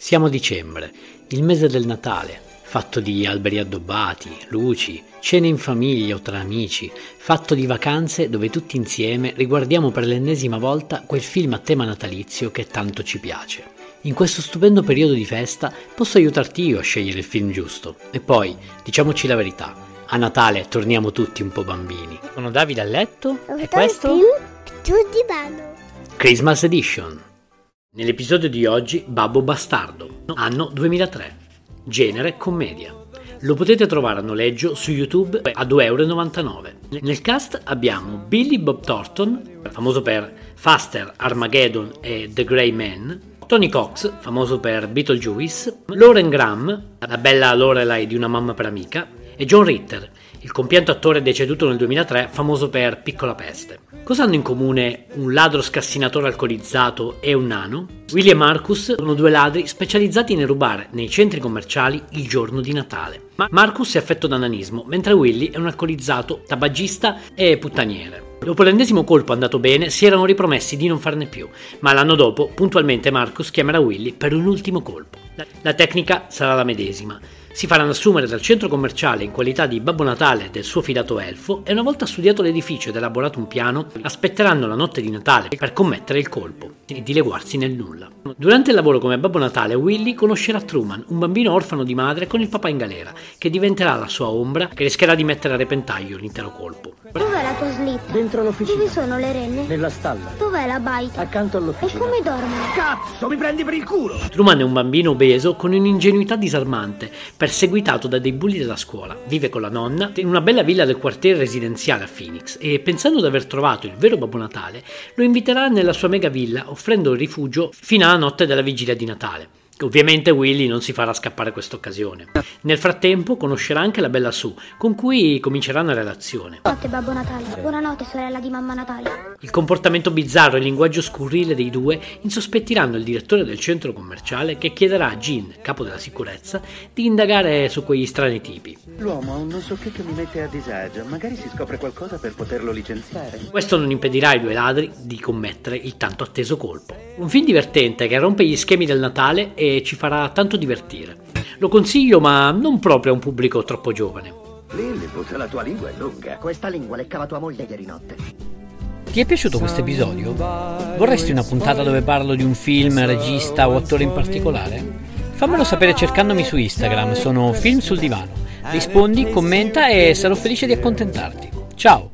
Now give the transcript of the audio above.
Siamo a dicembre, il mese del Natale, fatto di alberi addobbati, luci, cene in famiglia o tra amici, fatto di vacanze dove tutti insieme riguardiamo per l'ennesima volta quel film a tema natalizio che tanto ci piace. In questo stupendo periodo di festa posso aiutarti io a scegliere il film giusto. E poi, diciamoci la verità, a Natale torniamo tutti un po' bambini. Sono Davide a letto e questo? Sul divano. Christmas Edition. Nell'episodio di oggi Babbo Bastardo, anno 2003, genere commedia. Lo potete trovare a noleggio su YouTube a €2,99. Nel cast abbiamo Billy Bob Thornton, famoso per Faster, Armageddon e The Gray Man, Tony Cox, famoso per Beetlejuice, Lauren Graham, la bella Lorelai di Una mamma per amica, e John Ritter, il compianto attore deceduto nel 2003, famoso per Piccola peste. Cosa hanno in comune un ladro scassinatore alcolizzato e un nano? Willy e Marcus sono due ladri specializzati nel rubare nei centri commerciali il giorno di Natale. Marcus è affetto da nanismo, mentre Willy è un alcolizzato, tabagista e puttaniere. Dopo l'ennesimo colpo andato bene, si erano ripromessi di non farne più, ma l'anno dopo, puntualmente Marcus chiamerà Willy per un ultimo colpo. La tecnica sarà la medesima. Si faranno assumere dal centro commerciale in qualità di Babbo Natale del suo fidato elfo e una volta studiato l'edificio ed elaborato un piano, aspetteranno la notte di Natale per commettere il colpo e dileguarsi nel nulla. Durante il lavoro come Babbo Natale, Willy conoscerà Truman, un bambino orfano di madre con il papà in galera, che diventerà la sua ombra che rischierà di mettere a repentaglio l'intero colpo. Dov'è la tua slitta? Dentro l'officina. Dove sono le renne? Nella stalla. Dov'è la baita? Accanto E all'officina. come dormono? Cazzo, mi prendi per il culo! Truman è un bambino obeso con un'ingenuità disarmante, perseguitato da dei bulli della scuola. Vive con la nonna in una bella villa del quartiere residenziale a Phoenix e, pensando di aver trovato il vero Babbo Natale, lo inviterà nella sua mega villa offrendo il rifugio fino alla notte della vigilia di Natale. Ovviamente Willy non si farà scappare questa occasione. Nel frattempo conoscerà anche la bella Sue, con cui comincerà una relazione. Buonanotte Babbo Natale. Buonanotte sorella di mamma Natale. Il comportamento bizzarro e il linguaggio scurrile dei due insospettiranno il direttore del centro commerciale, che chiederà a Gene, capo della sicurezza, di indagare su quegli strani tipi. L'uomo ha un non so che mi mette a disagio. Magari si scopre qualcosa per poterlo licenziare. Questo non impedirà ai due ladri di commettere il tanto atteso colpo. Un film divertente che rompe gli schemi del Natale e ci farà tanto divertire. Lo consiglio, ma non proprio a un pubblico troppo giovane. Lilliput, la tua lingua è lunga. Questa lingua leccava tua moglie ieri notte. Ti è piaciuto questo episodio? Vorresti una puntata dove parlo di un film, regista o attore in particolare? Fammelo sapere cercandomi su Instagram, sono Film sul Divano. Rispondi, commenta e sarò felice di accontentarti. Ciao!